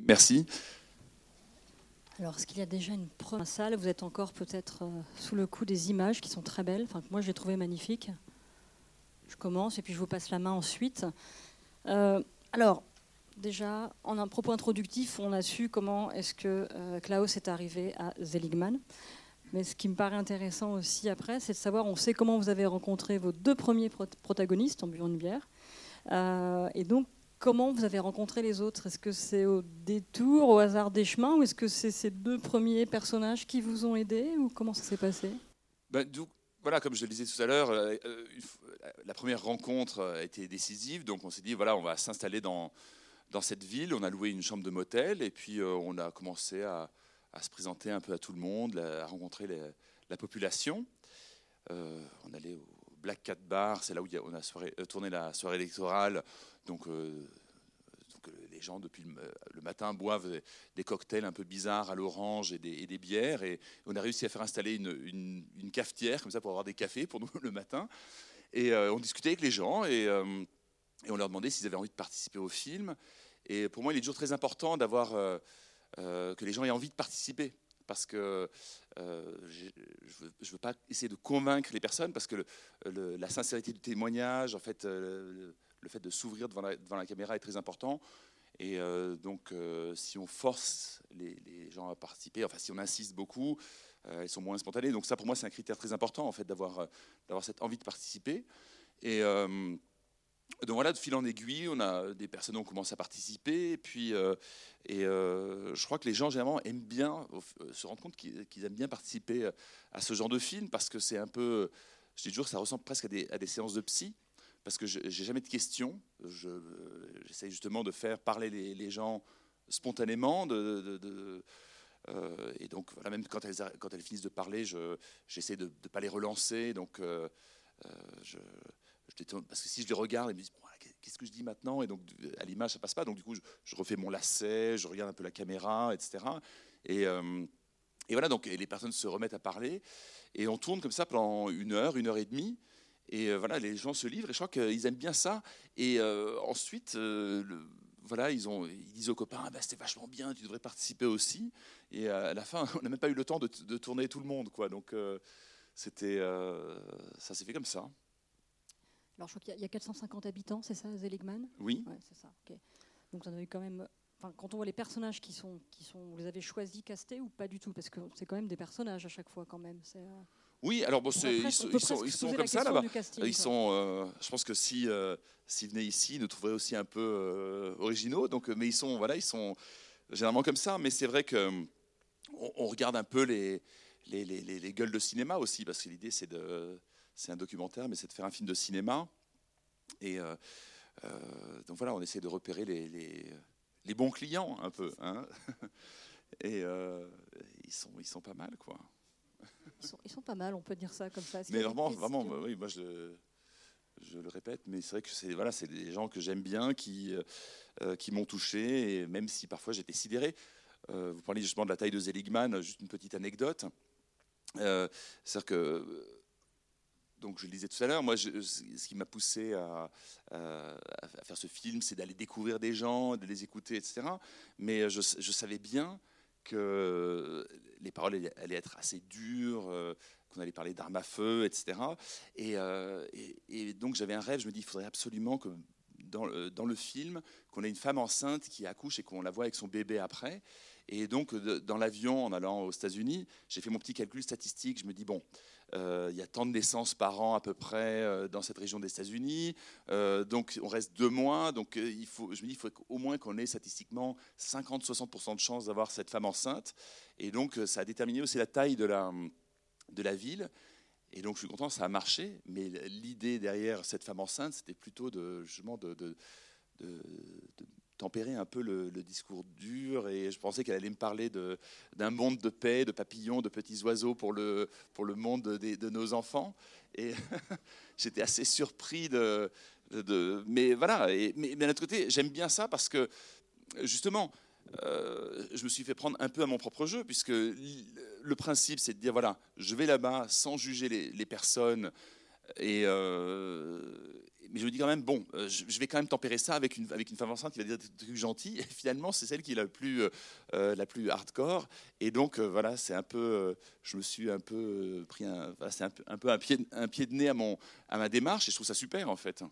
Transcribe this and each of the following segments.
merci. Alors, est-ce qu'il y a déjà une première salle? Vous êtes encore peut-être sous le coup des images qui sont très belles. Enfin, moi, je les trouvais magnifiques. Je commence et puis je vous passe la main ensuite. Alors, déjà, en un propos introductif, on a su comment est-ce que Klaus est arrivé à Seligman. Mais ce qui me paraît intéressant aussi après, c'est de savoir, on sait comment vous avez rencontré vos deux premiers protagonistes en buvant une bière. Et donc, comment vous avez rencontré les autres? Est-ce que c'est au détour, au hasard des chemins, ou est-ce que c'est ces deux premiers personnages qui vous ont aidé, ou comment ça s'est passé? Voilà, comme je le disais tout à l'heure, la première rencontre a été décisive. Donc on s'est dit, voilà, on va s'installer dans cette ville. On a loué une chambre de motel et puis on a commencé à se présenter un peu à tout le monde, à rencontrer la population. On allait au Black Cat Bar, c'est là où on a tourné la soirée électorale. Donc les gens, depuis le matin, boivent des cocktails un peu bizarres à l'orange et des bières. Et on a réussi à faire installer une cafetière, comme ça, pour avoir des cafés pour nous le matin. Et on discutait avec les gens et on leur demandait s'ils avaient envie de participer au film. Et pour moi, il est toujours très important d'avoir que les gens aient envie de participer. Parce que je veux pas essayer de convaincre les personnes, parce que la sincérité du témoignage, en fait, le fait de s'ouvrir devant la caméra est très important. Et donc, si on force les gens à participer, enfin, si on insiste beaucoup, ils sont moins spontanés. Donc ça, pour moi, c'est un critère très important, en fait, d'avoir cette envie de participer. Et donc voilà, de fil en aiguille, on a des personnes qui ont commencé à participer. Et puis, je crois que les gens, généralement, aiment bien se rendre compte qu'ils aiment bien participer à ce genre de film, parce que c'est un peu, je dis toujours, ça ressemble presque à des séances de psy. Parce que j'ai jamais de questions. J'essaie justement de faire parler les gens spontanément. Et donc, voilà, même quand elles finissent de parler, j'essaie de ne pas les relancer. Donc, parce que si je les regarde, ils me disent bon, qu'est-ce que je dis maintenant? Et donc, à l'image, ça passe pas. Donc, du coup, je refais mon lacet, je regarde un peu la caméra, etc. Et voilà, donc et les personnes se remettent à parler. Et on tourne comme ça pendant 1 heure et demie. Et voilà, les gens se livrent et je crois qu'ils aiment bien ça. Et ensuite, voilà, ils disent aux copains, bah, c'était vachement bien, tu devrais participer aussi. Et à la fin, on n'a même pas eu le temps de tourner tout le monde, quoi. Donc ça s'est fait comme ça. Alors, je crois qu'il y a 450 habitants, c'est ça, Seligman? Oui. Ouais, c'est ça. Okay. Donc, vous en avez quand même. Enfin, quand on voit les personnages vous les avez choisis, castés ou pas du tout? Parce que c'est quand même des personnages à chaque fois, quand même. Oui, alors bon, ils sont comme ça là-bas. Casting, je pense que s'ils venaient ici, ils nous trouveraient aussi un peu originaux. Donc, mais ils sont généralement comme ça. Mais c'est vrai que on regarde un peu les gueules de cinéma aussi, parce que l'idée c'est un documentaire, mais c'est de faire un film de cinéma. Et donc voilà, on essaie de repérer les bons clients un peu, hein. Et ils sont pas mal, quoi. Ils sont pas mal, on peut dire ça comme ça. Mais vraiment, oui, moi je le répète, mais c'est vrai que c'est des gens que j'aime bien, qui m'ont touché, et même si parfois j'étais sidéré. Vous parliez justement de la taille de Seligman, juste une petite anecdote. C'est-à-dire que, donc je le disais tout à l'heure, moi ce qui m'a poussé à faire ce film, c'est d'aller découvrir des gens, de les écouter, etc. Mais je savais bien que les paroles allaient être assez dures, qu'on allait parler d'armes à feu, etc. Et donc j'avais un rêve, je me dis, il faudrait absolument que dans le film, qu'on ait une femme enceinte qui accouche et qu'on la voit avec son bébé après. Et donc dans l'avion, en allant aux États-Unis, j'ai fait mon petit calcul statistique, je me dis, bon, il y a tant de naissances par an à peu près dans cette région des États-Unis, donc on reste 2 mois, donc je me dis il faut au moins qu'on ait statistiquement 50-60% de chances d'avoir cette femme enceinte, et donc ça a déterminé aussi la taille de la ville, et donc je suis content, ça a marché, mais l'idée derrière cette femme enceinte, c'était plutôt justement de tempérer un peu le discours dur, et je pensais qu'elle allait me parler d'un monde de paix, de papillons, de petits oiseaux pour le monde de nos enfants, et j'étais assez surpris mais voilà, mais d'un autre côté j'aime bien ça parce que justement je me suis fait prendre un peu à mon propre jeu, puisque le principe c'est de dire voilà, je vais là-bas sans juger les personnes, Mais je me dis quand même, bon, je vais quand même tempérer ça avec une femme enceinte qui va dire des trucs gentils. Et finalement, c'est celle qui est la plus hardcore. Et donc, voilà, c'est un peu, je me suis un peu pris voilà, c'est un peu un pied de nez à ma démarche. Et je trouve ça super, en fait.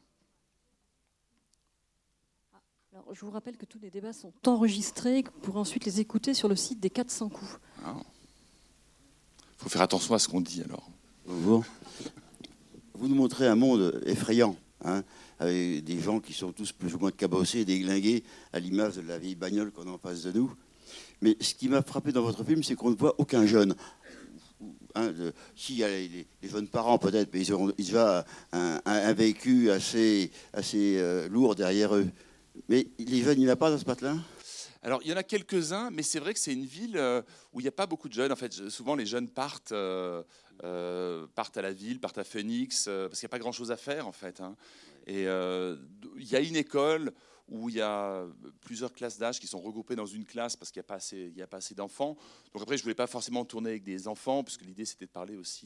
Alors, je vous rappelle que tous les débats sont enregistrés et que vous pourrez ensuite les écouter sur le site des 400 coups. Il faut faire attention à ce qu'on dit, alors. Vous nous montrez un monde effrayant, hein, avec des gens qui sont tous plus ou moins cabossés et déglingués, à l'image de la vieille bagnole qu'on a en face de nous. Mais ce qui m'a frappé dans votre film, c'est qu'on ne voit aucun jeune. S'il y a les jeunes parents, peut-être, mais ils ont déjà un vécu assez lourd derrière eux. Mais les jeunes, il n'y en a pas dans ce patelin ? Alors, il y en a quelques-uns, mais c'est vrai que c'est une ville où il n'y a pas beaucoup de jeunes. En fait, souvent, les jeunes partent à la ville, partent à Phoenix, parce qu'il n'y a pas grand-chose à faire, en fait. Hein. Et il y a une école où il y a plusieurs classes d'âge qui sont regroupées dans une classe parce qu'il n'y a pas assez d'enfants. Donc après, je ne voulais pas forcément tourner avec des enfants, puisque l'idée, c'était de parler aussi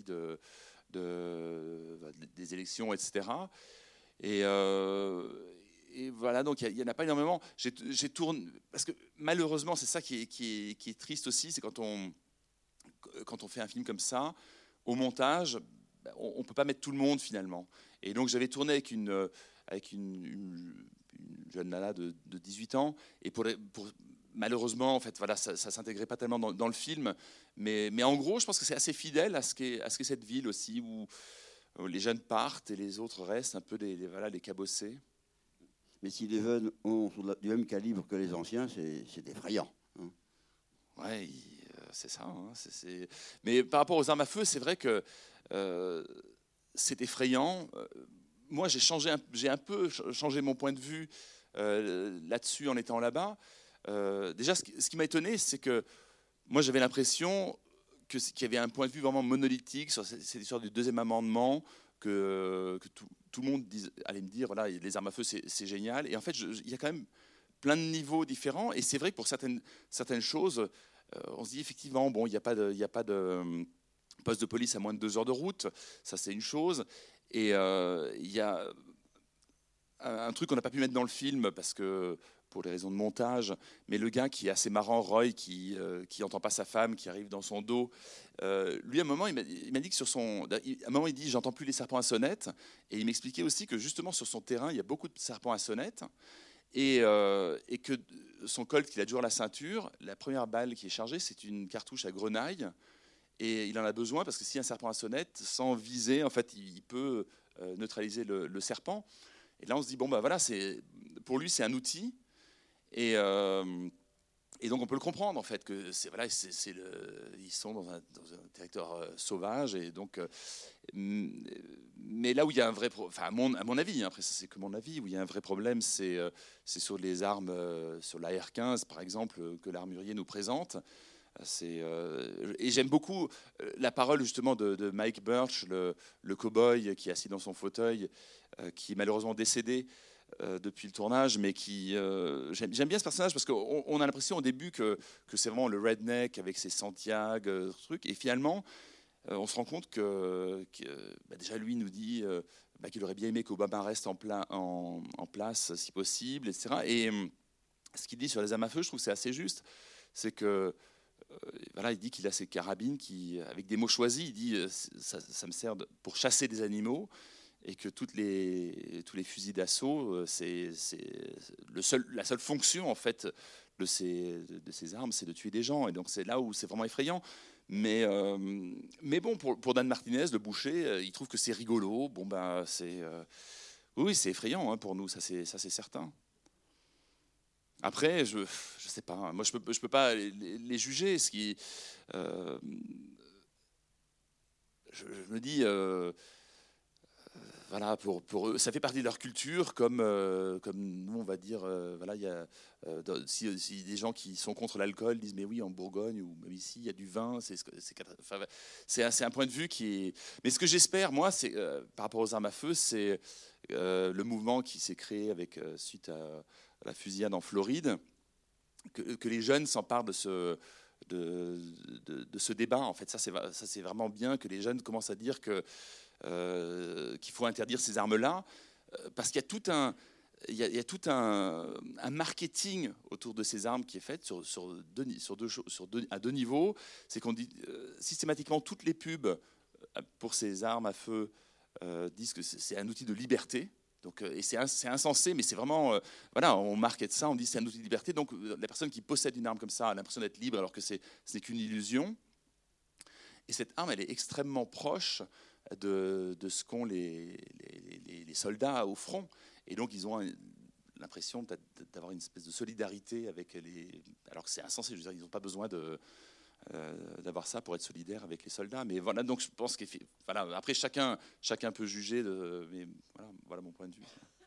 des élections, etc. Et voilà, donc il n'y en a pas énormément. J'ai tourné, parce que malheureusement, c'est ça qui est triste aussi, c'est quand on fait un film comme ça, au montage, on ne peut pas mettre tout le monde finalement. Et donc j'avais tourné avec une jeune nana de 18 ans, et malheureusement, en fait, voilà, ça ne s'intégrait pas tellement dans le film. Mais en gros, je pense que c'est assez fidèle à ce qu'est cette ville aussi, où les jeunes partent et les autres restent un peu les cabossés. Mais si les jeunes sont du même calibre que les anciens, c'est effrayant. Hein. Ouais, c'est ça. Hein, Mais par rapport aux armes à feu, c'est vrai que c'est effrayant. Moi, j'ai un peu changé mon point de vue là-dessus en étant là-bas. Déjà, ce qui m'a étonné, c'est que moi, j'avais l'impression qu'il y avait un point de vue vraiment monolithique sur cette histoire du deuxième amendement, que tout le monde allait me dire, voilà, les armes à feu, c'est génial. Et en fait, il y a quand même plein de niveaux différents. Et c'est vrai que pour certaines choses, on se dit effectivement, bon, il n'y a pas de poste de police à moins de 2 heures de route. Ça, c'est une chose. Et il y a un truc qu'on n'a pas pu mettre dans le film parce que pour les raisons de montage, mais le gars qui est assez marrant, Roy, qui entend pas sa femme, qui arrive dans son dos, lui à un moment il m'a dit que à un moment il dit j'entends plus les serpents à sonnette, et il m'expliquait aussi que justement sur son terrain il y a beaucoup de serpents à sonnette, et que son colt qu'il a toujours à la ceinture, la première balle qui est chargée c'est une cartouche à grenaille, et il en a besoin parce que si un serpent à sonnette, sans viser, en fait il peut neutraliser le serpent. Et là on se dit bon bah voilà, pour lui c'est un outil. Et donc on peut le comprendre en fait que ils sont dans un territoire sauvage, et donc mais là où il y a un vrai à mon avis, hein, après ça c'est que mon avis, où il y a un vrai problème, c'est sur les armes, sur la R15 par exemple que l'armurier nous présente. Et j'aime beaucoup la parole justement de Mike Birch, le cow-boy qui est assis dans son fauteuil, qui est malheureusement décédé depuis le tournage, mais j'aime bien ce personnage parce qu'on a l'impression au début que c'est vraiment le redneck avec ses Santiago trucs, et finalement on se rend compte que déjà lui nous dit qu'il aurait bien aimé qu'Obama reste en place si possible, etc. Et ce qu'il dit sur les armes à feu, je trouve que c'est assez juste, c'est que voilà, il dit qu'il a ses carabines avec des mots choisis, il dit ça me sert pour chasser des animaux, et que tous les fusils d'assaut, c'est la seule fonction en fait de ces armes, c'est de tuer des gens. Et donc c'est là où c'est vraiment effrayant. Mais bon, pour Dan Martinez, le boucher, il trouve que c'est rigolo. Bon ben oui, c'est effrayant hein, pour nous, ça c'est certain. Après, je sais pas. Moi, je peux pas les juger. Je me dis. Voilà, pour eux, ça fait partie de leur culture, comme nous, on va dire, voilà, il y a si des gens qui sont contre l'alcool disent mais oui, en Bourgogne ou même ici, il y a du vin, c'est un point de vue qui est. Mais ce que j'espère, moi, c'est par rapport aux armes à feu, c'est le mouvement qui s'est créé suite à la fusillade en Floride, que les jeunes s'emparent de ce débat. En fait, ça c'est vraiment bien que les jeunes commencent à dire que qu'il faut interdire ces armes-là, parce qu'il y a tout un... Il y a tout un marketing autour de ces armes qui est fait à deux niveaux. C'est qu'on dit systématiquement toutes les pubs pour ces armes à feu disent que c'est un outil de liberté. Donc, et c'est insensé, mais c'est vraiment voilà, on market ça, on dit c'est un outil de liberté. Donc la personne qui possède une arme comme ça a l'impression d'être libre, alors que ce n'est qu'une illusion. Et cette arme, elle est extrêmement proche de ce qu'ont les soldats au front. Et donc, ils ont l'impression d'avoir une espèce de solidarité avec les... Alors que c'est insensé, je veux dire, ils n'ont pas besoin d'avoir ça pour être solidaires avec les soldats. Mais voilà, donc je pense que... Voilà, après, chacun peut juger, mais voilà mon point de vue.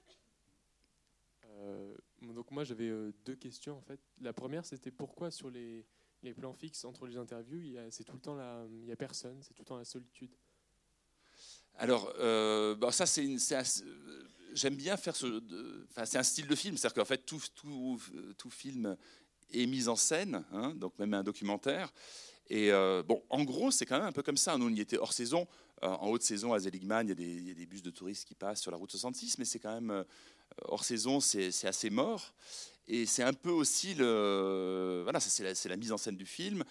Donc moi, j'avais deux questions, en fait. La première, c'était pourquoi sur les plans fixes entre les interviews, c'est tout le temps il n'y a personne, c'est tout le temps la solitude. Alors, ça, j'aime bien faire c'est un style de film, c'est-à-dire qu'en fait, tout film est mis en scène, hein, donc même un documentaire. Et en gros, c'est quand même un peu comme ça. Nous, on y était hors saison. En haute saison, à Seligman, il y a des bus de touristes qui passent sur la route 66, mais c'est quand même hors saison, c'est assez mort. Et c'est un peu aussi voilà, c'est la mise en scène du film.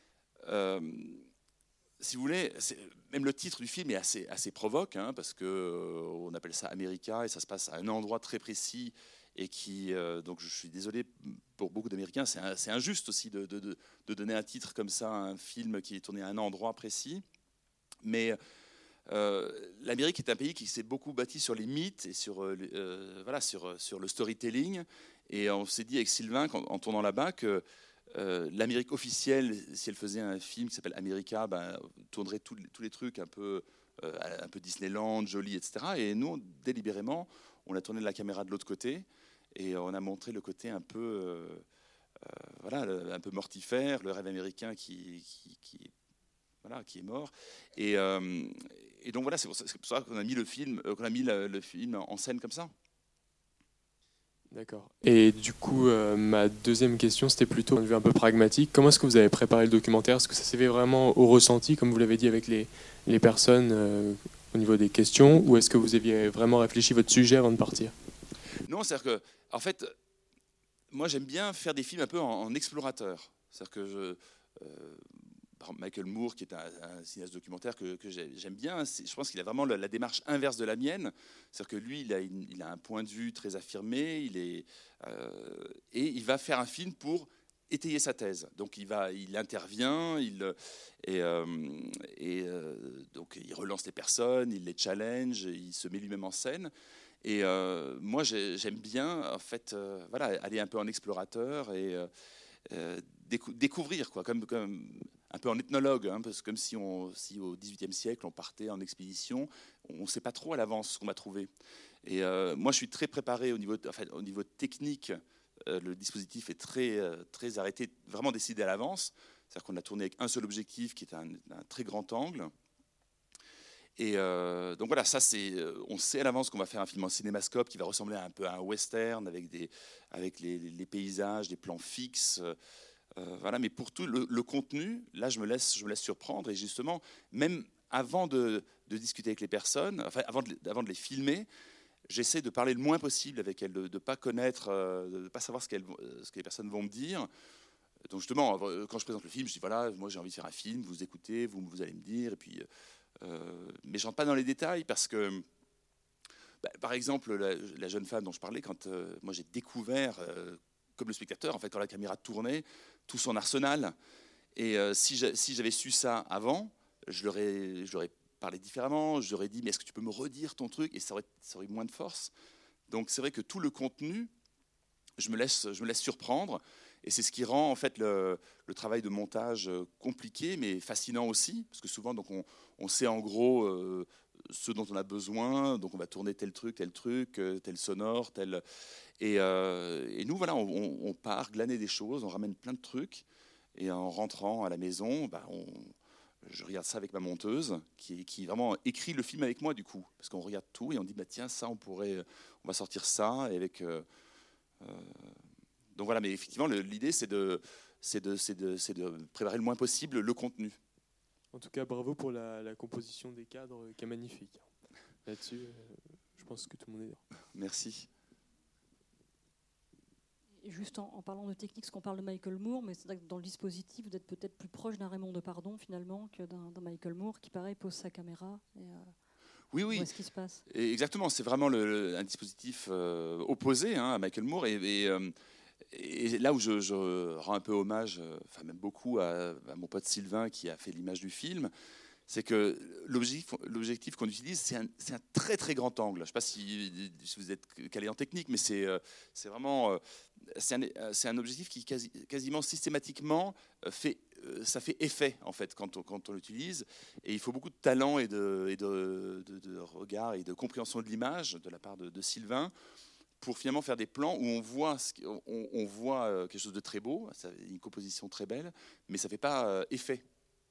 Si vous voulez, même le titre du film est assez provoque, hein, parce qu'on appelle ça America, et ça se passe à un endroit très précis, et qui, donc je suis désolé pour beaucoup d'Américains, c'est injuste aussi de donner un titre comme ça à un film qui est tourné à un endroit précis. Mais l'Amérique est un pays qui s'est beaucoup bâti sur les mythes et sur le storytelling. Et on s'est dit avec Sylvain, en tournant là-bas, que l'Amérique officielle, si elle faisait un film qui s'appelle America, tournerait tous les trucs un peu Disneyland, joli, etc. Et nous, délibérément, on a tourné la caméra de l'autre côté et on a montré le côté un peu, un peu mortifère, le rêve américain qui est mort. Et donc voilà, c'est pour ça qu'on a mis le film en scène comme ça. D'accord. Et du coup, ma deuxième question, c'était plutôt d'un point de vue un peu pragmatique. Comment est-ce que vous avez préparé le documentaire ? Est-ce que ça s'est fait vraiment au ressenti, comme vous l'avez dit, avec les personnes au niveau des questions, ou est-ce que vous aviez vraiment réfléchi votre sujet avant de partir ? Non, c'est-à-dire que, en fait, moi j'aime bien faire des films un peu en explorateur. C'est-à-dire que Michael Moore, qui est un cinéaste documentaire que j'aime bien, je pense qu'il a vraiment la démarche inverse de la mienne. C'est-à-dire que lui, il a un point de vue très affirmé, et il va faire un film pour étayer sa thèse. Donc il intervient, donc il relance les personnes, il les challenge, il se met lui-même en scène. Et moi, j'aime bien, en fait, aller un peu en explorateur et découvrir, quoi, comme un peu en ethnologue, hein, parce que comme si au XVIIIe siècle, on partait en expédition, on ne sait pas trop à l'avance ce qu'on va trouver. Et moi, je suis très préparé au niveau technique. Le dispositif est très arrêté, vraiment décidé à l'avance. C'est-à-dire qu'on a tourné avec un seul objectif, qui est un très grand angle. Et donc voilà, on sait à l'avance qu'on va faire un film en cinémascope qui va ressembler un peu à un western, avec les paysages, des plans fixes. Mais pour tout le contenu, là, je me laisse surprendre. Et justement, même avant de discuter avec les personnes, avant de les filmer, j'essaie de parler le moins possible avec elles, de ne pas connaître, de ne pas savoir ce que les personnes vont me dire. Donc justement, quand je présente le film, je dis voilà, moi j'ai envie de faire un film, vous écoutez, vous allez me dire. Et puis, mais je ne rentre pas dans les détails parce que, par exemple, la jeune femme dont je parlais, quand moi j'ai découvert, comme le spectateur, en fait, quand la caméra tournait, tout son arsenal. Et si j'avais su ça avant, je leur ai parlé différemment, je leur ai dit, mais est-ce que tu peux me redire ton truc ? Et ça aurait eu moins de force. Donc c'est vrai que tout le contenu, je me laisse surprendre. Et c'est ce qui rend en fait le travail de montage compliqué, mais fascinant aussi, parce que souvent donc on sait en gros ce dont on a besoin, donc on va tourner tel truc, tel sonore, tel. Et nous voilà, on part glaner des choses, on ramène plein de trucs, et en rentrant à la maison, je regarde ça avec ma monteuse, qui vraiment écrit le film avec moi du coup, parce qu'on regarde tout et on dit tiens ça on va sortir ça et avec. Donc voilà, mais effectivement, l'idée, c'est de préparer le moins possible le contenu. En tout cas, bravo pour la composition des cadres qui est magnifique. Là-dessus, je pense que tout le monde est d'accord. Merci. Et juste en parlant de technique, parce qu'on parle de Michael Moore, mais c'est vrai que dans le dispositif, vous êtes peut-être plus proche d'un Raymond Depardon finalement que d'un Michael Moore qui, pareil, pose sa caméra. Et, oui. où est-ce qu'il se passe ? Et exactement, c'est vraiment un dispositif opposé à Michael Moore. Et là où je rends un peu hommage, enfin même beaucoup, à mon pote Sylvain qui a fait l'image du film, c'est que l'objectif qu'on utilise, c'est un très très grand angle. Je ne sais pas si vous êtes calé en technique, mais c'est vraiment c'est un objectif qui quasiment systématiquement ça fait effet en fait quand on l'utilise. Et il faut beaucoup de talent et de regard et de compréhension de l'image de la part de Sylvain pour finalement faire des plans où on voit quelque chose de très beau, une composition très belle, mais ça ne fait pas effet.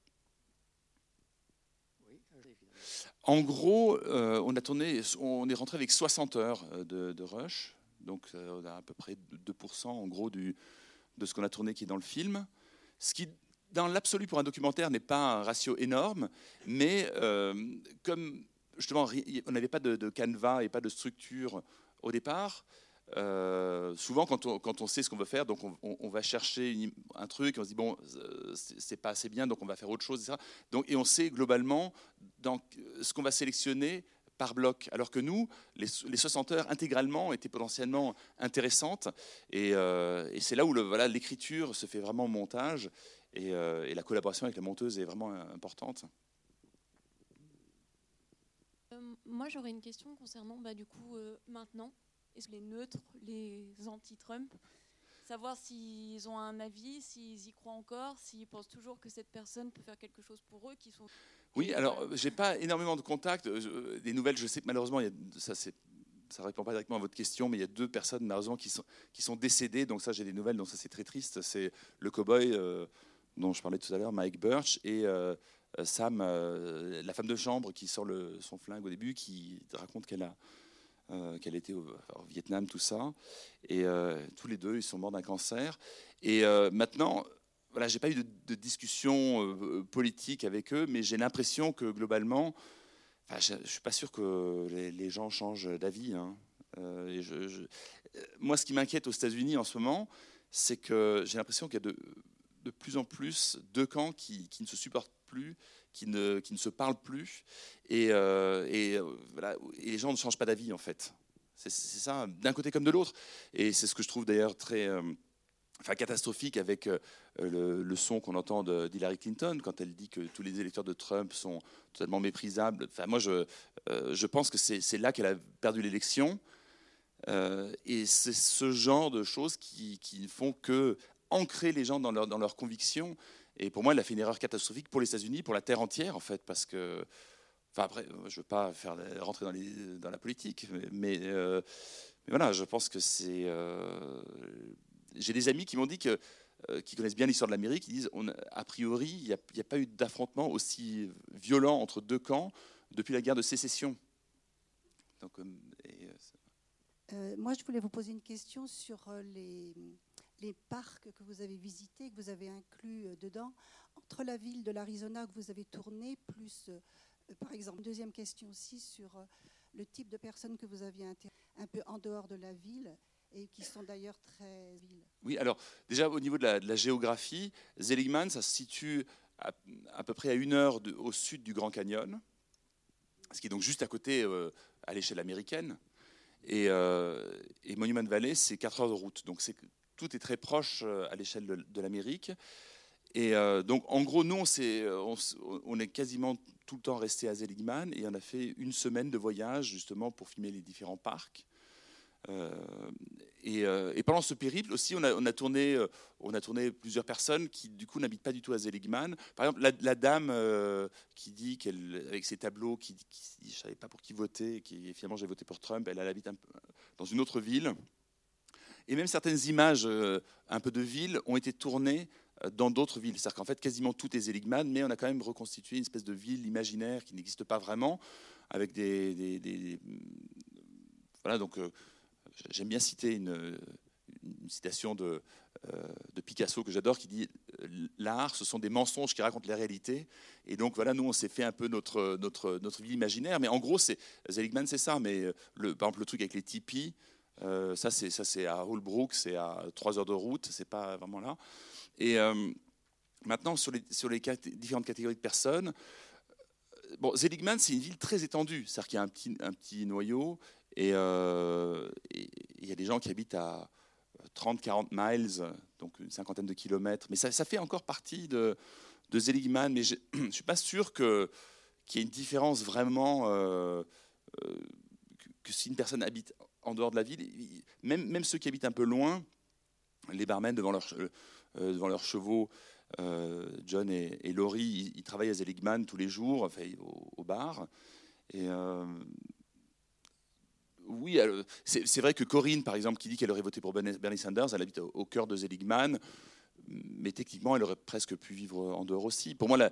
En gros, on est rentré avec 60 heures de rush, donc on a à peu près 2% en gros de ce qu'on a tourné qui est dans le film, ce qui dans l'absolu pour un documentaire n'est pas un ratio énorme, mais comme justement on n'avait pas de canevas et pas de structure au départ, souvent quand on sait ce qu'on veut faire, donc on va chercher un truc, on se dit bon c'est pas assez bien, donc on va faire autre chose, etc. Et on sait globalement dans ce qu'on va sélectionner par bloc, alors que nous, les 60 heures intégralement étaient potentiellement intéressantes, et c'est là où l'écriture se fait vraiment au montage, et la collaboration avec la monteuse est vraiment importante. Moi, j'aurais une question concernant du coup maintenant. Est-ce que les neutres, les anti-Trump, savoir s'ils ont un avis, s'ils y croient encore, s'ils pensent toujours que cette personne peut faire quelque chose pour eux, qui sont... Oui, alors j'ai pas énormément de contacts, des nouvelles. Je sais que malheureusement, ça répond pas directement à votre question, mais il y a 2 personnes malheureusement qui sont décédées. Donc ça, j'ai des nouvelles. Donc ça, c'est très triste. C'est le cow-boy dont je parlais tout à l'heure, Mike Birch, et Sam, la femme de chambre qui sort son flingue au début, qui raconte qu'elle était au Vietnam, tout ça. Et tous les 2, ils sont morts d'un cancer. Et maintenant, voilà, j'ai pas eu de discussion politique avec eux, mais j'ai l'impression que globalement, je suis pas sûr que les gens changent d'avis. Moi, ce qui m'inquiète aux États-Unis en ce moment, c'est que j'ai l'impression qu'il y a de plus en plus 2 camps qui ne se supportent plus, qui ne se parlent plus, et les gens ne changent pas d'avis en fait. C'est ça, d'un côté comme de l'autre. Et c'est ce que je trouve d'ailleurs très catastrophique avec le son qu'on entend d'Hillary Clinton quand elle dit que tous les électeurs de Trump sont totalement méprisables. Enfin, moi, je pense que c'est là qu'elle a perdu l'élection. Et c'est ce genre de choses qui ne font que ancrer les gens dans leurs convictions. Et pour moi, elle a fait une erreur catastrophique pour les États-Unis, pour la terre entière, en fait, parce que... Enfin, après, je ne veux pas rentrer dans la politique, mais voilà, je pense que c'est... J'ai des amis qui m'ont dit qui connaissent bien l'histoire de l'Amérique, qui disent, a priori, il n'y a pas eu d'affrontement aussi violent entre 2 camps depuis la guerre de sécession. Donc, moi, je voulais vous poser une question sur les parcs que vous avez visités, que vous avez inclus dedans, entre la ville de l'Arizona que vous avez tournée, plus, par exemple, deuxième question aussi sur le type de personnes que vous aviez un peu en dehors de la ville et qui sont d'ailleurs très villes. Oui, alors déjà au niveau de la géographie, Seligman, ça se situe à peu près à 1 heure au sud du Grand Canyon, ce qui est donc juste à côté à l'échelle américaine. Et Monument Valley, c'est 4 heures de route. Donc tout est très proche à l'échelle de l'Amérique. Et donc, en gros, nous, on est quasiment tout le temps resté à Seligman et on a fait 1 semaine de voyage justement pour filmer les différents parcs. Et pendant ce périple aussi, on a tourné plusieurs personnes qui du coup n'habitent pas du tout à Seligman. Par exemple, la dame qui dit avec ses tableaux, qui dit je savais pas pour qui voter, et qui finalement j'ai voté pour Trump. Elle habite dans une autre ville. Et même certaines images un peu de ville ont été tournées dans d'autres villes. C'est-à-dire qu'en fait, quasiment tout est Seligman, mais on a quand même reconstitué une espèce de ville imaginaire qui n'existe pas vraiment, avec voilà, donc j'aime bien citer une une citation de Picasso que j'adore qui dit l'art, ce sont des mensonges qui racontent la réalité. Et donc voilà, nous on s'est fait un peu notre vie imaginaire. Mais en gros, Seligman, c'est ça. Mais par exemple le truc avec les tipis, ça c'est à Holbrook, c'est à 3 heures de route, c'est pas vraiment là. Et maintenant sur les différentes catégories de personnes. Bon, Seligman, c'est une ville très étendue, c'est-à-dire qu'il y a un petit noyau et il y a des gens qui habitent à 30-40 miles, donc une cinquantaine de kilomètres. Mais ça fait encore partie de Seligman, mais je ne suis pas sûr qu'il y ait une différence vraiment que si une personne habite en dehors de la ville, même ceux qui habitent un peu loin, les barmen devant leurs chevaux, John et Laurie, ils travaillent à Seligman tous les jours, enfin, au bar. Et oui, c'est vrai que Corinne, par exemple, qui dit qu'elle aurait voté pour Bernie Sanders, elle habite au cœur de Seligman, mais techniquement, elle aurait presque pu vivre en dehors aussi. Pour moi, la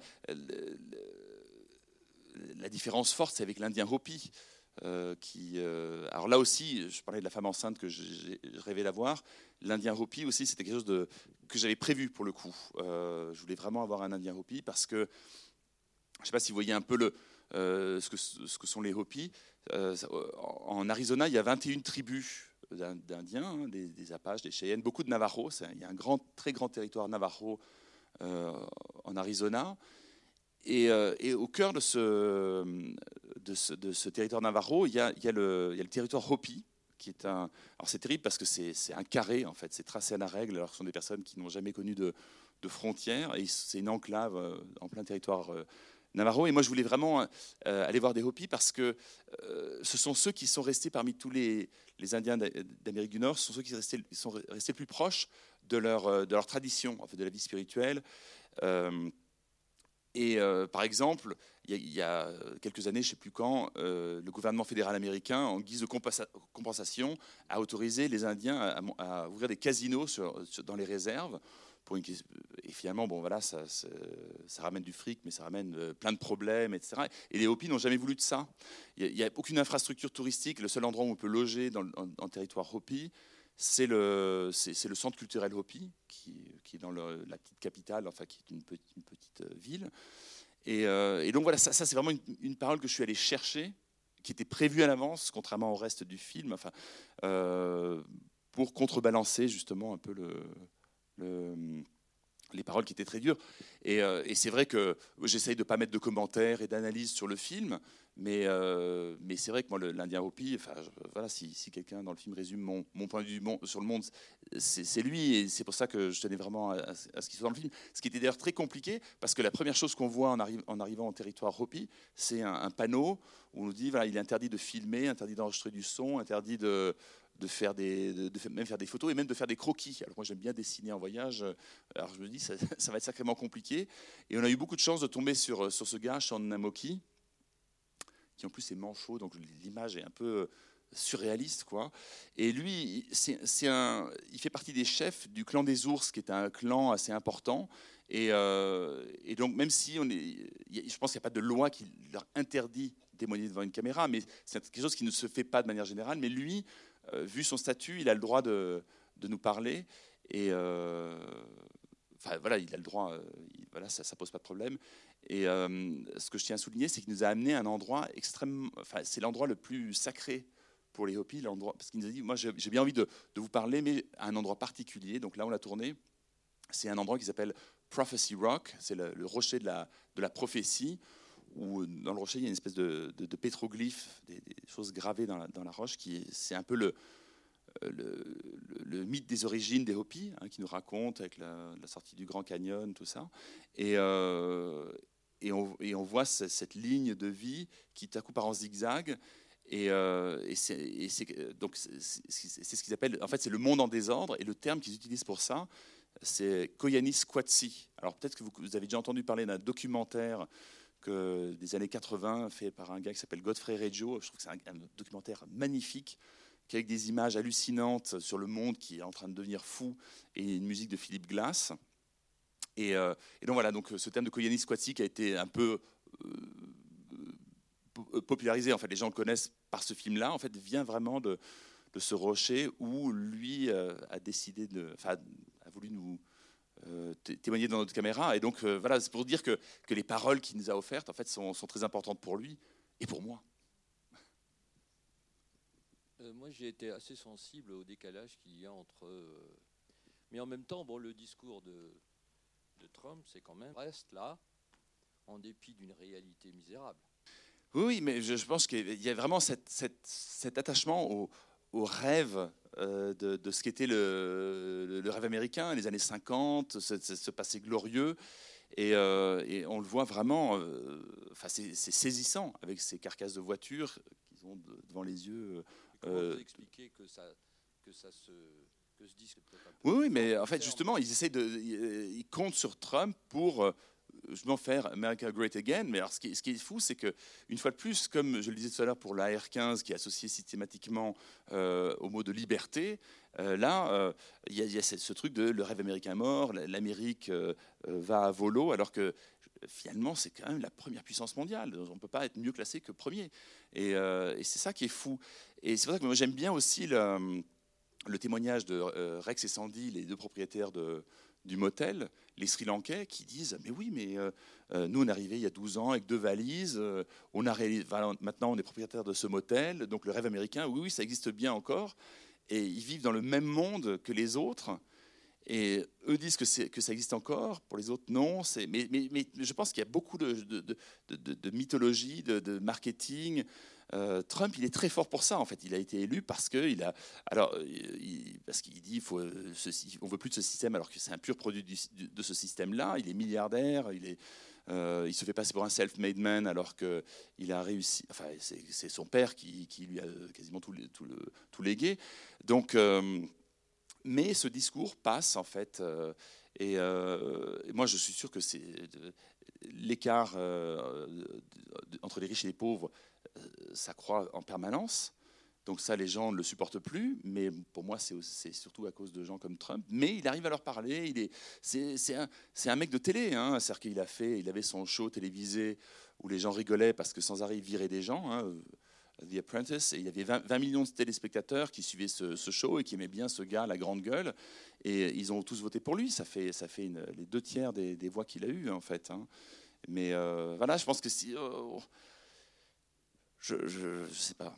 différence forte, c'est avec l'Indien Hopi. Alors là aussi, je parlais de la femme enceinte que je rêvais d'avoir. L'Indien Hopi aussi, c'était quelque chose que j'avais prévu pour le coup. Je voulais vraiment avoir un Indien Hopi parce que, je ne sais pas si vous voyez un peu ce que sont les Hopis. En Arizona, il y a 21 tribus d'Indiens, des Apaches, des Cheyennes, beaucoup de Navajos. Il y a un très grand territoire Navajo en Arizona. Et au cœur de ce territoire Navajo, il y a le territoire Hopi, qui est alors c'est terrible parce que c'est un carré, en fait, c'est tracé à la règle, alors que ce sont des personnes qui n'ont jamais connu de frontières, et c'est une enclave en plein territoire Navajo. Et moi, je voulais vraiment aller voir des Hopis parce que ce sont ceux qui sont restés parmi tous les Indiens d'Amérique du Nord, ce sont ceux qui sont restés plus proches de leur tradition, en fait, de la vie spirituelle. Par exemple, il y a quelques années, je ne sais plus quand, le gouvernement fédéral américain, en guise de compensation, a autorisé les Indiens à ouvrir des casinos dans les réserves. Et finalement, bon, voilà, ça ramène du fric, mais ça ramène plein de problèmes, etc. Et les Hopis n'ont jamais voulu de ça. Il n'y a aucune infrastructure touristique. Le seul endroit où on peut loger en territoire Hopi, c'est le centre culturel Hopi, qui est dans la petite capitale, enfin qui est une petite ville. Et donc voilà, ça c'est vraiment une parole que je suis allé chercher, qui était prévue à l'avance, contrairement au reste du film, enfin, pour contrebalancer justement un peu les paroles qui étaient très dures. Et c'est vrai que j'essaye de ne pas mettre de commentaires et d'analyses sur le film, mais c'est vrai que moi, l'Indien Hopi, enfin, voilà, si quelqu'un dans le film résume mon point de vue sur le monde, c'est lui, et c'est pour ça que je tenais vraiment à ce qu'il soit dans le film. Ce qui était d'ailleurs très compliqué, parce que la première chose qu'on voit en arrivant au territoire Hopi, c'est un panneau où on nous dit, voilà, il est interdit de filmer, interdit d'enregistrer du son, interdit de même faire des photos et même de faire des croquis. Alors moi j'aime bien dessiner en voyage, alors je me dis ça va être sacrément compliqué. Et on a eu beaucoup de chance de tomber sur ce gars, Sean Namoki, qui en plus est manchot, donc l'image est un peu surréaliste, quoi. Et lui, il fait partie des chefs du clan des ours, qui est un clan assez important. Et donc même si je pense qu'il n'y a pas de loi qui leur interdit de témoigner devant une caméra, mais c'est quelque chose qui ne se fait pas de manière générale. Mais lui, vu son statut, il a le droit de nous parler. Et enfin, voilà, il a le droit, voilà, ça pose pas de problème. Et ce que je tiens à souligner, c'est qu'il nous a amené à un endroit extrêmement, enfin, c'est l'endroit le plus sacré pour les Hopis, parce qu'il nous a dit, moi j'ai bien envie de vous parler, mais à un endroit particulier. Donc là, on l'a tourné. C'est un endroit qui s'appelle Prophecy Rock, c'est le rocher de la prophétie, où dans le rocher, il y a une espèce de pétroglyphe, des choses gravées dans la roche, c'est un peu le mythe des origines des Hopis, hein, qui nous raconte avec la sortie du Grand Canyon, tout ça. Et on voit cette ligne de vie qui tout à coup part en zigzag. C'est ce qu'ils appellent, en fait, c'est le monde en désordre. Et le terme qu'ils utilisent pour ça, c'est Koyaanisqatsi. Alors peut-être que vous avez déjà entendu parler d'un documentaire des années 80 fait par un gars qui s'appelle Godfrey Reggio. Je trouve que c'est un documentaire magnifique, avec des images hallucinantes sur le monde qui est en train de devenir fou, et une musique de Philip Glass. Et donc voilà, donc ce terme de Koyaanisqatsi qui a été un peu popularisé, en fait, les gens le connaissent par ce film-là, en fait, vient vraiment de ce rocher où lui a décidé a voulu nous témoigner dans notre caméra. Et donc voilà, c'est pour dire que les paroles qu'il nous a offertes en fait sont très importantes pour lui et pour moi. Moi, j'ai été assez sensible au décalage qu'il y a entre... mais en même temps, bon, le discours de Trump, c'est quand même reste là, en dépit d'une réalité misérable. Oui, mais je pense qu'il y a vraiment cet attachement au rêve de ce qu'était le rêve américain, les années 50, ce passé glorieux. Et on le voit vraiment, c'est saisissant avec ces carcasses de voitures qu'ils ont devant les yeux. Comment vous expliquer que ce disque peut-être un peu... Oui, mais en fait, justement, ils comptent sur Trump pour justement faire America Great Again. Mais alors, ce qui est fou, c'est qu'une fois de plus, comme je le disais tout à l'heure pour l'AR-15, qui est associé systématiquement au mot de liberté, là, il y a ce truc de le rêve américain mort, l'Amérique va à volo, alors que finalement, c'est quand même la première puissance mondiale. On ne peut pas être mieux classé que premier. Et c'est ça qui est fou. Et c'est pour ça que moi, j'aime bien aussi le témoignage de Rex et Sandy, les deux propriétaires du motel, les Sri Lankais, qui disent « Mais oui, mais nous, on est arrivés il y a 12 ans avec 2 valises. Maintenant, on est propriétaire de ce motel. Donc, le rêve américain, oui, ça existe bien encore. Et ils vivent dans le même monde que les autres. Et eux disent que ça existe encore, pour les autres, non. Mais je pense qu'il y a beaucoup de mythologie, de marketing. Trump, il est très fort pour ça. En fait, il a été élu parce qu'il dit on veut plus de ce système, alors que c'est un pur produit de ce système-là. Il est milliardaire, il se fait passer pour un self-made man, alors qu'il a réussi. Enfin, c'est son père qui lui a quasiment tout légué. Donc mais ce discours passe, en fait, et moi, je suis sûr que c'est l'écart entre les riches et les pauvres, ça croît en permanence. Donc ça, les gens ne le supportent plus, mais pour moi, c'est surtout à cause de gens comme Trump. Mais il arrive à leur parler, c'est un mec de télé, hein. C'est-à-dire qu'il avait son show télévisé où les gens rigolaient parce que sans arrêt, il virait des gens, hein, The Apprentice, et il y avait 20 millions de téléspectateurs qui suivaient ce show et qui aimaient bien ce gars, la grande gueule, et ils ont tous voté pour lui. Ça fait les 2/3 des voix qu'il a eues, en fait, hein. Mais voilà, je pense que si... je sais pas.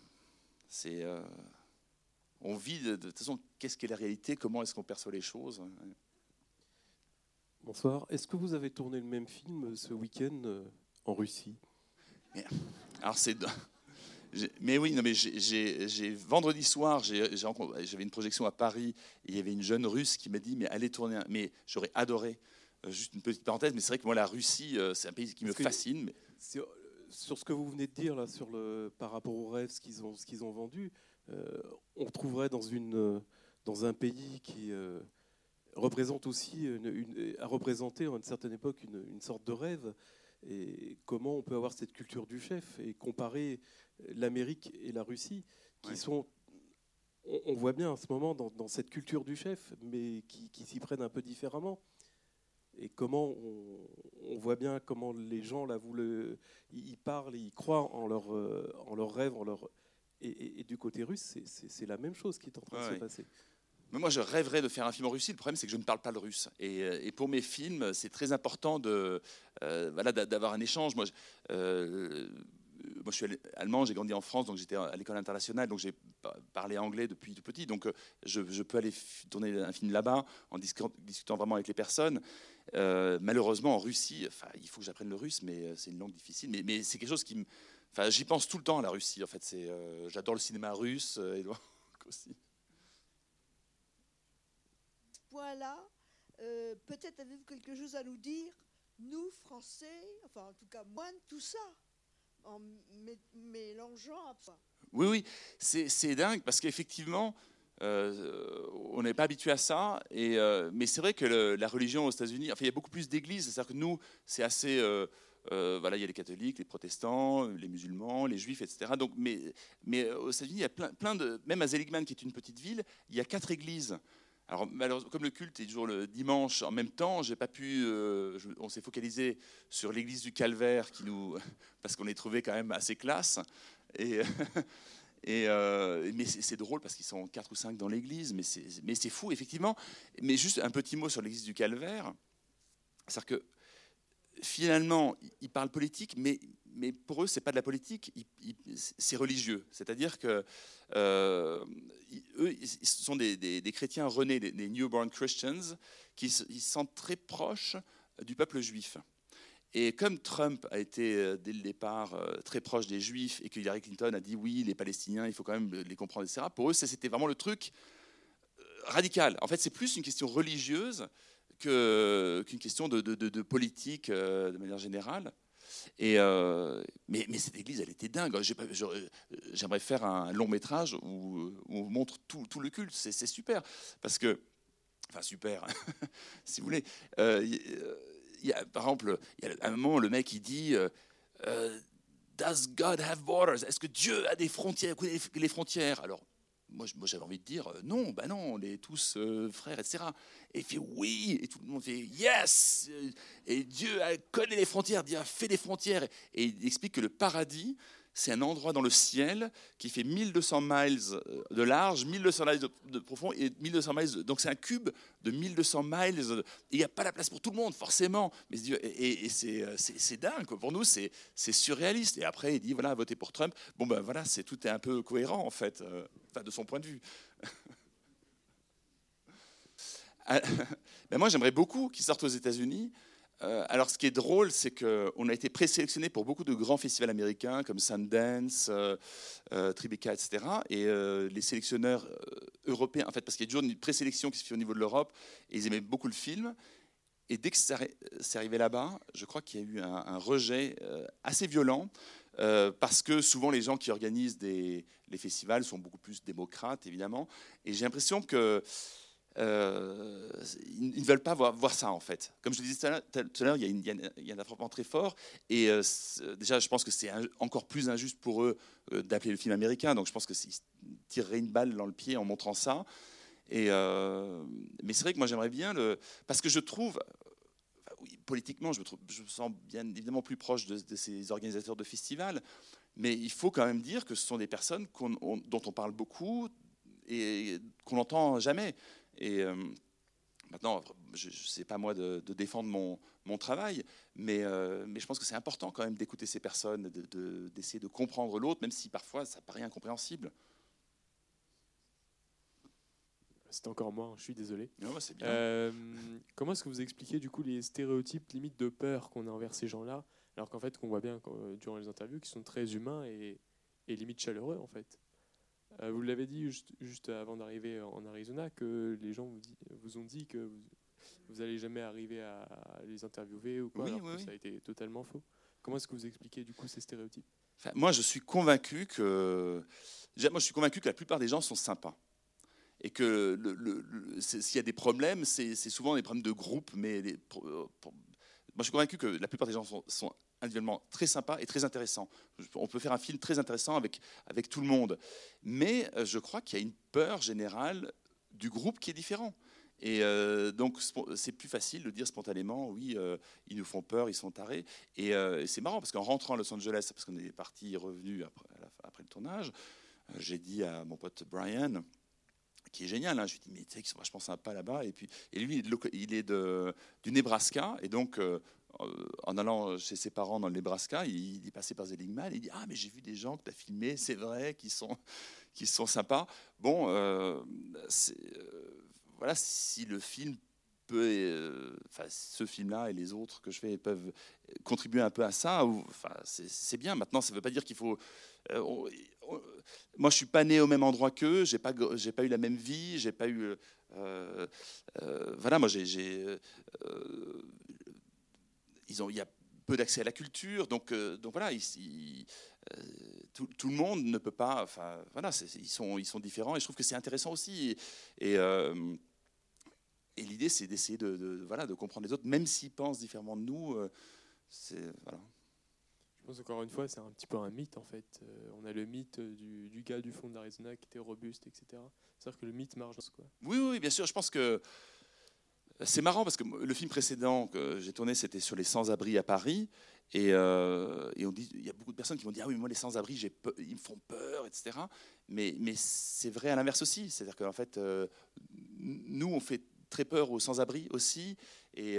On vit de toute façon, qu'est-ce qu'est la réalité, comment est-ce qu'on perçoit les choses. Bonsoir. Est-ce que vous avez tourné le même film ce week-end en Russie? Alors mais oui, non, mais vendredi soir, j'avais une projection à Paris et il y avait une jeune Russe qui m'a dit mais allez tourner. Mais j'aurais adoré. Juste une petite parenthèse, mais c'est vrai que moi la Russie, c'est un pays qui me fascine. Mais... Sur ce que vous venez de dire là, par rapport aux rêves, ce qu'ils ont vendu, on retrouverait dans un pays qui représente aussi a représenté à une certaine époque une sorte de rêve. Et comment on peut avoir cette culture du chef et comparer l'Amérique et la Russie, qui sont, on voit bien en ce moment dans cette culture du chef, mais qui s'y prennent un peu différemment. Et comment on voit bien comment les gens là, ils parlent et ils croient en leurs rêves, et du côté russe, c'est la même chose qui est en train de se passer. Mais moi, je rêverais de faire un film en Russie. Le problème, c'est que je ne parle pas le russe. Et pour mes films, c'est très important d'avoir un échange. Moi, je suis allemand, j'ai grandi en France, donc j'étais à l'école internationale, donc j'ai parlé anglais depuis tout petit. Donc je peux aller tourner un film là-bas en discutant vraiment avec les personnes. Malheureusement, en Russie, il faut que j'apprenne le russe, mais c'est une langue difficile. Mais c'est quelque chose qui j'y pense tout le temps à la Russie. En fait, j'adore le cinéma russe, Edouard aussi. Point-là, peut-être avez-vous quelque chose à nous dire, nous, Français, enfin en tout cas moi, de tout ça, en mélangeant à ça. Oui, c'est dingue, parce qu'effectivement, on n'est pas habitué à ça, mais c'est vrai que la religion aux États-Unis, il y a beaucoup plus d'églises, c'est-à-dire que nous, c'est assez... il y a les catholiques, les protestants, les musulmans, les juifs, etc. Donc, mais aux États-Unis, il y a plein de... Même à Seligman, qui est une petite ville, il y a 4 églises. Alors, malheureusement, comme le culte est toujours le dimanche en même temps, j'ai pas pu. On s'est focalisé sur l'église du Calvaire, parce qu'on les trouvait quand même assez classe. Mais c'est drôle parce qu'ils sont 4 ou 5 dans l'église, mais c'est fou, effectivement. Mais juste un petit mot sur l'église du Calvaire. C'est-à-dire que finalement, ils parlent politique, mais pour eux, ce n'est pas de la politique, c'est religieux. C'est-à-dire que eux, ils sont des chrétiens renés, des newborn Christians, ils se sentent très proches du peuple juif. Et comme Trump a été, dès le départ, très proche des Juifs, et que Hillary Clinton a dit oui, les Palestiniens, il faut quand même les comprendre, etc., pour eux, c'était vraiment le truc radical. En fait, c'est plus une question religieuse qu'une question de politique de manière générale. Mais cette église, elle était dingue. J'aimerais faire un long métrage où on montre tout le culte. C'est super. Parce que, enfin super, si vous voulez. Par exemple, il y a un moment, le mec, il dit Does God have borders? Est-ce que Dieu a des frontières? Les frontières? Alors, moi j'avais envie de dire non, ben non, on est tous frères, etc. Et il fait oui, et tout le monde fait yes. Et Dieu connaît les frontières, Dieu a fait des frontières. Et il explique que le paradis, c'est un endroit dans le ciel qui fait 1200 miles de large, 1200 miles de profond et 1200 miles. Donc c'est un cube de 1200 miles. Et il n'y a pas la place pour tout le monde, forcément. Mais c'est dingue, quoi. Pour nous, c'est surréaliste. Et après, il dit voilà, votez pour Trump. Bon, ben voilà, tout est un peu cohérent, en fait, de son point de vue. Ben moi, j'aimerais beaucoup qu'il sorte aux États-Unis. Alors, ce qui est drôle, c'est qu'on a été présélectionné pour beaucoup de grands festivals américains comme Sundance, Tribeca, etc. Et les sélectionneurs européens, en fait, parce qu'il y a toujours une présélection qui se fait au niveau de l'Europe, et ils aimaient beaucoup le film. Et dès que c'est arrivé là-bas, je crois qu'il y a eu un rejet assez violent, parce que souvent les gens qui organisent les festivals sont beaucoup plus démocrates, évidemment. Et j'ai l'impression que ils ne veulent pas voir ça, en fait. Comme je le disais tout à l'heure, il y a un affrontement très fort. Et déjà, je pense que c'est encore plus injuste pour eux d'appeler le film américain. Donc je pense qu'ils tireraient une balle dans le pied en montrant ça. Mais c'est vrai que moi, j'aimerais bien parce que je trouve... Oui, politiquement, je me sens bien évidemment plus proche de ces organisateurs de festivals. Mais il faut quand même dire que ce sont des personnes dont on parle beaucoup et qu'on n'entend jamais. Et maintenant, c'est pas moi de défendre mon travail, mais je pense que c'est important quand même d'écouter ces personnes, d'essayer de comprendre l'autre, même si parfois ça paraît incompréhensible. C'est encore moi, je suis désolé. Non, c'est bien. Comment est-ce que vous expliquez du coup les stéréotypes limite de peur qu'on a envers ces gens-là, alors qu'en fait qu'on voit bien durant les interviews qu'ils sont très humains et limite chaleureux en fait. Vous l'avez dit juste avant d'arriver en Arizona que les gens vous ont dit que vous n'allez jamais arriver à les interviewer ou quoi, oui, alors oui, que oui. ça a été totalement faux. Comment est-ce que vous expliquez du coup ces stéréotypes? Enfin, moi, je suis convaincu que la plupart des gens sont sympas. Et que s'il y a des problèmes, c'est souvent des problèmes de groupe. Mais moi, je suis convaincu que la plupart des gens sont individuellement très sympas et très intéressants. On peut faire un film très intéressant avec tout le monde. Mais je crois qu'il y a une peur générale du groupe qui est différent. Et donc, c'est plus facile de dire spontanément, oui, ils nous font peur, ils sont tarés. Et c'est marrant, parce qu'en rentrant à Los Angeles, parce qu'on est parti et revenu après le tournage, j'ai dit à mon pote Brian, qui est génial, hein, je lui dis, mais tu sais qu'ils sont vachement sympas là-bas. Et lui, il est du Nebraska, et donc... en allant chez ses parents dans le Nebraska, il est passé par Zellingman, il dit ah mais j'ai vu des gens que tu as filmés, c'est vrai, qui sont sympas. Bon, voilà, si le film peut, ce film-là et les autres que je fais peuvent contribuer un peu à ça, c'est bien. Maintenant, ça ne veut pas dire qu'il faut. Moi, je suis pas né au même endroit qu'eux, j'ai pas eu la même vie, j'ai pas eu. Voilà, moi il y a peu d'accès à la culture, donc voilà, tout le monde ne peut pas. Enfin, voilà, ils sont différents, et je trouve que c'est intéressant aussi. Et l'idée, c'est d'essayer de comprendre les autres, même s'ils pensent différemment de nous. Voilà. Je pense encore une fois, c'est un petit peu un mythe en fait. On a le mythe du gars du fond de l'Arizona qui était robuste, etc. C'est-à-dire que le mythe marche, quoi. Oui, bien sûr. Je pense que c'est marrant parce que le film précédent que j'ai tourné, c'était sur les sans-abri à Paris. Et on dit, il y a beaucoup de personnes qui vont dire ah oui, moi les sans-abri, ils me font peur, etc. Mais c'est vrai à l'inverse aussi. C'est-à-dire qu'en fait, nous, on fait très peur aux sans-abri aussi. Et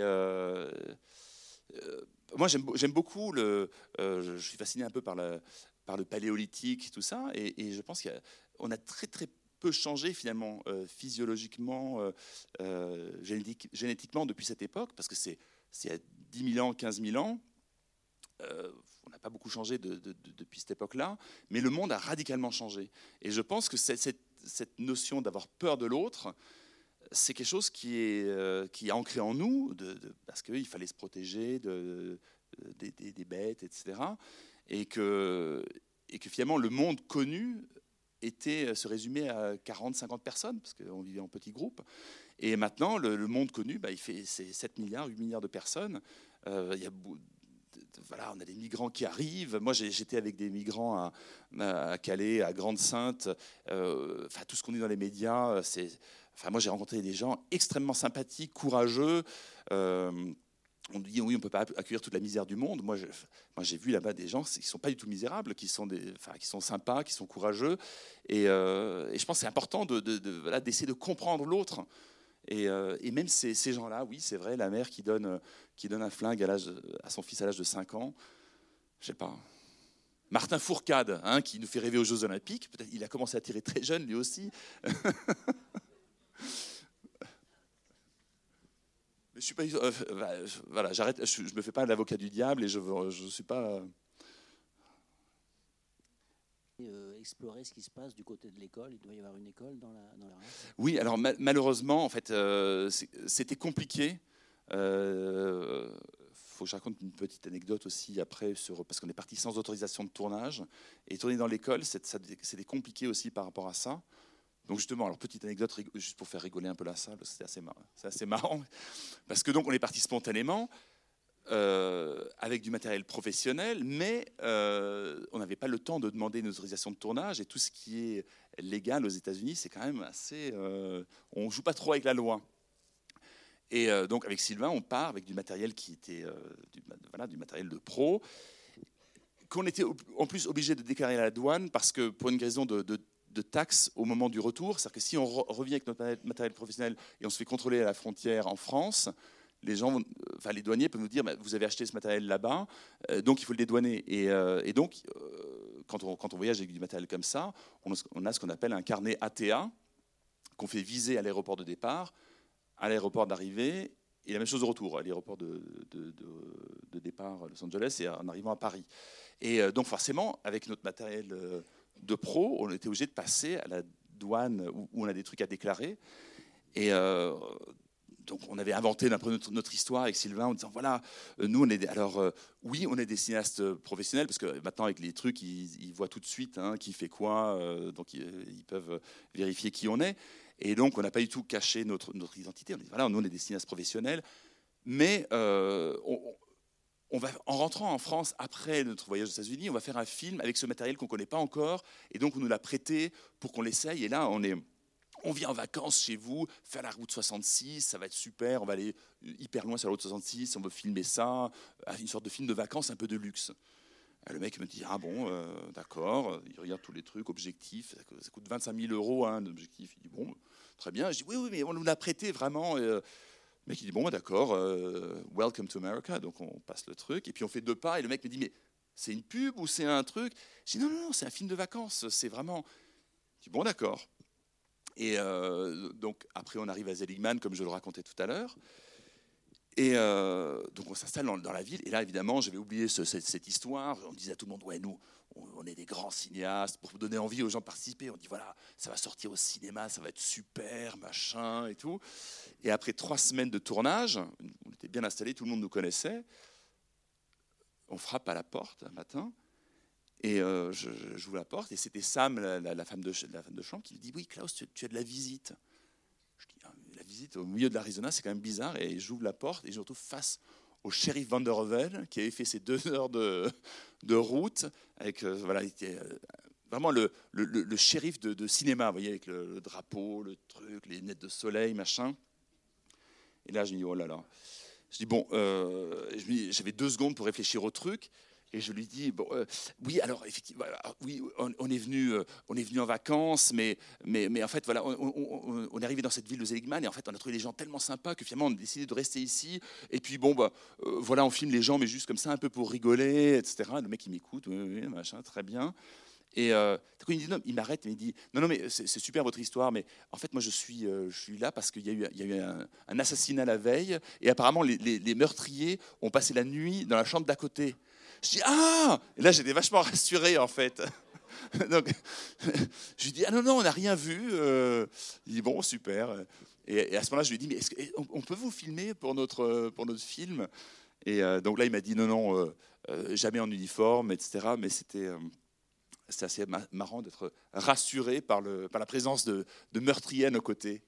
moi, j'aime beaucoup je suis fasciné un peu par le paléolithique, tout ça. Et je pense qu'on a très très peu changé finalement physiologiquement, génétiquement depuis cette époque, parce que c'est il y a 10 000 ans, 15 000 ans. On n'a pas beaucoup changé depuis cette époque-là, mais le monde a radicalement changé. Et je pense que cette notion d'avoir peur de l'autre, c'est quelque chose qui est ancré en nous, parce qu'il fallait se protéger des bêtes, etc. Et que finalement, le monde connu se résumait à 40, 50 personnes, parce qu'on vivait en petits groupes. Et maintenant, le monde connu, c'est 7 milliards, 8 milliards de personnes. Il y a voilà, on a des migrants qui arrivent. Moi, j'étais avec des migrants à Calais, à Grande-Synthe. Tout ce qu'on dit dans les médias, moi, j'ai rencontré des gens extrêmement sympathiques, courageux. On dit oui, on ne peut pas accueillir toute la misère du monde. Moi, j'ai vu là-bas des gens qui ne sont pas du tout misérables, qui sont sympas, qui sont courageux. Et je pense que c'est important d'essayer de comprendre l'autre. Et même ces gens-là, oui, c'est vrai, la mère qui donne un flingue à son fils à l'âge de 5 ans, je sais pas. Martin Fourcade, qui nous fait rêver aux Jeux Olympiques, peut-être il a commencé à tirer très jeune lui aussi. Mais je suis pas, voilà, j'arrête, je me fais pas l'avocat du diable et je suis pas. Explorer ce qui se passe du côté de l'école. Il doit y avoir une école dans la race. Oui, alors malheureusement, en fait, c'était compliqué. Faut que je raconte une petite anecdote aussi après, parce qu'on est parti sans autorisation de tournage. Et tourner dans l'école, c'était compliqué aussi par rapport à ça. Donc justement, alors petite anecdote, juste pour faire rigoler un peu la salle, c'est assez marrant. Parce que donc on est parti spontanément. Avec du matériel professionnel, mais on n'avait pas le temps de demander une autorisation de tournage, et tout ce qui est légal aux États-Unis, c'est quand même assez... on ne joue pas trop avec la loi. Et donc avec Sylvain, on part avec du matériel qui était du matériel de pro, qu'on était en plus obligé de déclarer à la douane, parce que pour une raison de taxes au moment du retour, c'est-à-dire que si on revient avec notre matériel professionnel et on se fait contrôler à la frontière en France, les douaniers peuvent nous dire vous avez acheté ce matériel là-bas, donc il faut le dédouaner. Et donc, quand on voyage avec du matériel comme ça, on a ce qu'on appelle un carnet ATA qu'on fait viser à l'aéroport de départ, à l'aéroport d'arrivée, et la même chose de retour, à l'aéroport de départ à Los Angeles et en arrivant à Paris. Et donc forcément, avec notre matériel de pro, on était obligé de passer à la douane où on a des trucs à déclarer. Et donc on avait inventé un peu notre histoire avec Sylvain en disant voilà, nous on est oui, on est des cinéastes professionnels, parce que maintenant avec les trucs ils voient tout de suite qui fait quoi, donc ils peuvent vérifier qui on est, et donc on n'a pas du tout caché notre identité. On dit voilà, nous on est des cinéastes professionnels, mais on va, en rentrant en France après notre voyage aux États-Unis, on va faire un film avec ce matériel qu'on ne connaît pas encore, et donc on nous l'a prêté pour qu'on l'essaye, et là on vient en vacances chez vous, faire la route 66, ça va être super, on va aller hyper loin sur la route 66, on veut filmer ça, une sorte de film de vacances un peu de luxe. Et le mec me dit, ah bon, d'accord, il regarde tous les trucs, objectifs, ça coûte 25 000 € un objectif. Il dit, bon, très bien. Je dis, oui, mais on nous l'a prêté vraiment. Le mec il dit, bon, d'accord, welcome to America, donc on passe le truc, et puis on fait 2 pas, et le mec me dit, mais c'est une pub ou c'est un truc? Je dis, non, c'est un film de vacances, c'est vraiment... Je dis, bon, d'accord. Et donc après on arrive à Seligman, comme je le racontais tout à l'heure, et donc on s'installe dans la ville, et là évidemment j'avais oublié cette histoire. On disait à tout le monde, ouais, nous on est des grands cinéastes, pour donner envie aux gens de participer. On dit voilà, ça va sortir au cinéma, ça va être super, machin et tout. Et après 3 semaines de tournage, on était bien installés, tout le monde nous connaissait, on frappe à la porte un matin. Et j'ouvre la porte, et c'était Sam, la femme de chambre, qui me dit « Oui, Klaus, tu as de la visite. » Je dis « La visite au milieu de l'Arizona, c'est quand même bizarre. » Et j'ouvre la porte, et je me retrouve face au shérif Van der Hoeven, qui avait fait ses 2 heures de route, avec, il était vraiment le shérif de cinéma, vous voyez, avec le drapeau, le truc, les lunettes de soleil, machin. Et là, je me dis, oh là là. Je dis, bon, j'avais 2 secondes pour réfléchir au truc. Et je lui dis, bon, oui, alors effectivement, oui, on est venu en vacances, mais en fait, voilà, on est arrivé dans cette ville de Seligman, et en fait, on a trouvé les gens tellement sympas que finalement, on a décidé de rester ici. Et puis, bon, voilà, on filme les gens, mais juste comme ça, un peu pour rigoler, etc. Le mec, il m'écoute, oui, machin, très bien. Et il me dit, non, il m'arrête et il me dit, non, mais c'est super votre histoire, mais en fait, moi, je suis là parce qu'il y a eu un assassinat la veille, et apparemment, les meurtriers ont passé la nuit dans la chambre d'à côté. Je dis, ah! Et là, j'étais vachement rassuré, en fait. Donc, je lui dis, ah non, on n'a rien vu. Il dit, bon, super. Et à ce moment-là, je lui dis, mais est-ce qu'on peut vous filmer pour notre film? Et donc là, il m'a dit, non, jamais en uniforme, etc. Mais c'était assez marrant d'être rassuré par la présence de meurtriers à nos côtés.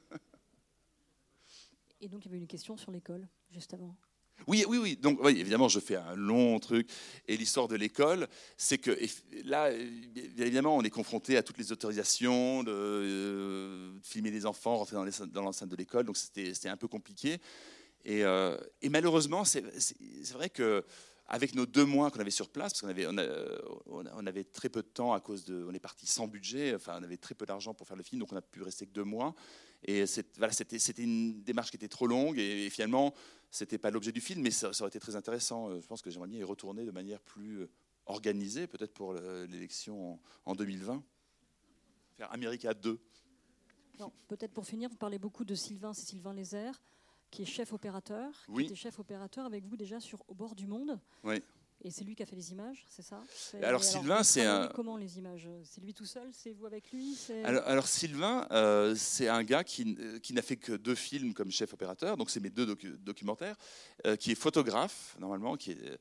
Et donc, il y avait une question sur l'école, juste avant. Oui. Donc, oui, évidemment, je fais un long truc. Et l'histoire de l'école, c'est que là, bien évidemment, on est confronté à toutes les autorisations de filmer des enfants, rentrer dans l'enceinte de l'école. Donc, c'était un peu compliqué. Et malheureusement, c'est vrai que avec nos 2 mois qu'on avait sur place, parce qu'on avait très peu de temps à cause on est parti sans budget, enfin on avait très peu d'argent pour faire le film, donc on a pu rester que 2 mois. Et c'était une démarche qui était trop longue et finalement c'était pas l'objet du film, mais ça aurait été très intéressant. Je pense que j'aimerais bien y retourner de manière plus organisée, peut-être pour l'élection en 2020, faire America 2. Peut-être pour finir, vous parlez beaucoup de Sylvain, c'est Sylvain Lézère, qui est chef opérateur, oui. Qui était chef opérateur avec vous déjà sur Au bord du monde. Oui. Et c'est lui qui a fait les images, c'est ça? Alors Sylvain, c'est Comment les images? C'est lui tout seul? C'est vous avec lui? Alors Sylvain, c'est un gars qui n'a fait que 2 films comme chef opérateur, donc c'est mes 2 documentaires, qui est photographe normalement,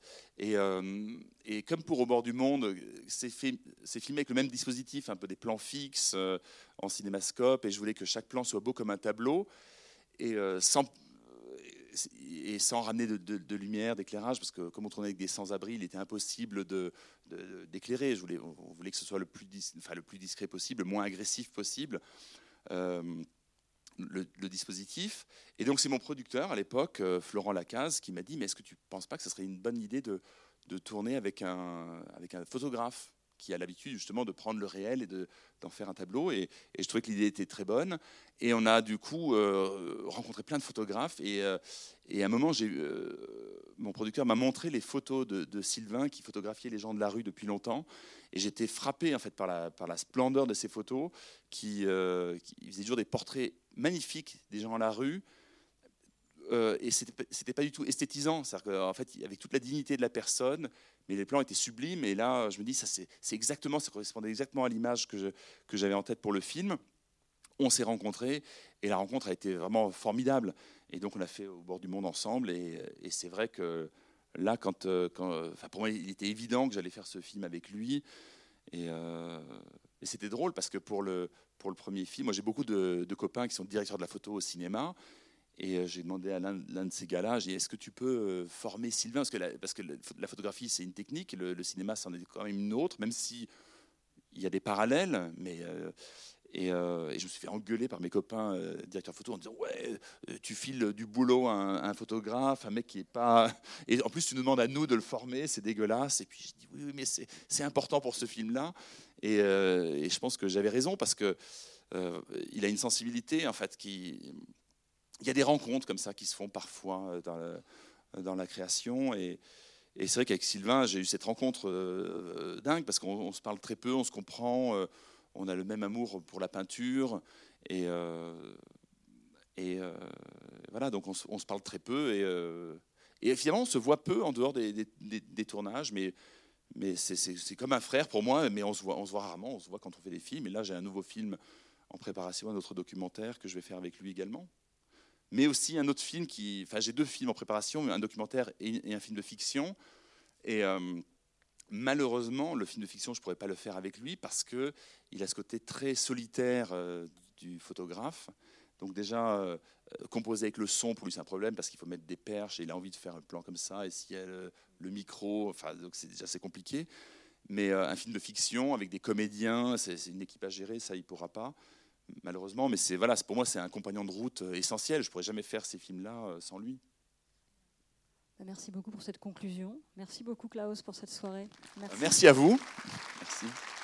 et comme pour Au bord du monde, c'est filmé avec le même dispositif, un peu des plans fixes en cinémascope, et je voulais que chaque plan soit beau comme un tableau, et sans ramener de lumière, d'éclairage, parce que comme on tournait avec des sans-abri, il était impossible d'éclairer. On voulait que ce soit le plus discret possible, le moins agressif possible, le dispositif. Et donc c'est mon producteur à l'époque, Florent Lacaze, qui m'a dit, mais est-ce que tu ne penses pas que ce serait une bonne idée de tourner avec un photographe qui a l'habitude justement de prendre le réel et d'en faire un tableau, et je trouvais que l'idée était très bonne. Et on a du coup rencontré plein de photographes, et à un moment, mon producteur m'a montré les photos de Sylvain qui photographiait les gens de la rue depuis longtemps, et j'étais frappé en fait par la splendeur de ces photos, qui faisaient toujours des portraits magnifiques des gens à la rue, et c'était pas du tout esthétisant, c'est-à-dire qu'en fait, avec toute la dignité de la personne, mais les plans étaient sublimes. Et là, je me dis, ça correspondait exactement à l'image que j'avais en tête pour le film. On s'est rencontrés, et la rencontre a été vraiment formidable. Et donc, on a fait Au bord du monde ensemble. Et c'est vrai que là, pour moi, il était évident que j'allais faire ce film avec lui. Et c'était drôle parce que pour le premier film, moi, j'ai beaucoup de copains qui sont directeurs de la photo au cinéma. Et j'ai demandé à l'un de ces gars-là, j'ai dit, est-ce que tu peux former Sylvain, parce que la photographie, c'est une technique, le cinéma, c'en est quand même une autre, même s'il y a des parallèles. Et je me suis fait engueuler par mes copains directeurs photo en disant, ouais, tu files du boulot à un photographe, un mec qui n'est pas... Et en plus, tu nous demandes à nous de le former, c'est dégueulasse. Et puis je dis, oui, mais c'est important pour ce film-là. Et je pense que j'avais raison, parce que il a une sensibilité, en fait, il y a des rencontres comme ça qui se font parfois dans la création. Et c'est vrai qu'avec Sylvain, j'ai eu cette rencontre dingue, parce qu'on se parle très peu, on se comprend, on a le même amour pour la peinture. Et voilà, donc on se parle très peu. Et finalement, on se voit peu en dehors des tournages. Mais c'est comme un frère pour moi, mais on se voit rarement. On se voit quand on fait des films. Et là, j'ai un nouveau film en préparation, un autre documentaire que je vais faire avec lui également. Mais aussi un autre film j'ai 2 films en préparation, un documentaire et un film de fiction. Et malheureusement, le film de fiction, je ne pourrais pas le faire avec lui, parce qu'il a ce côté très solitaire du photographe. Donc déjà, composer avec le son, pour lui, c'est un problème, parce qu'il faut mettre des perches, et il a envie de faire un plan comme ça, et s'il y a le micro, donc c'est compliqué. Mais un film de fiction avec des comédiens, c'est une équipe à gérer, ça, il ne pourra pas. malheureusement. Mais pour moi, c'est un compagnon de route essentiel. Je ne pourrais jamais faire ces films-là sans lui. Merci beaucoup pour cette conclusion. Merci beaucoup Klaus pour cette soirée. Merci à vous. Merci.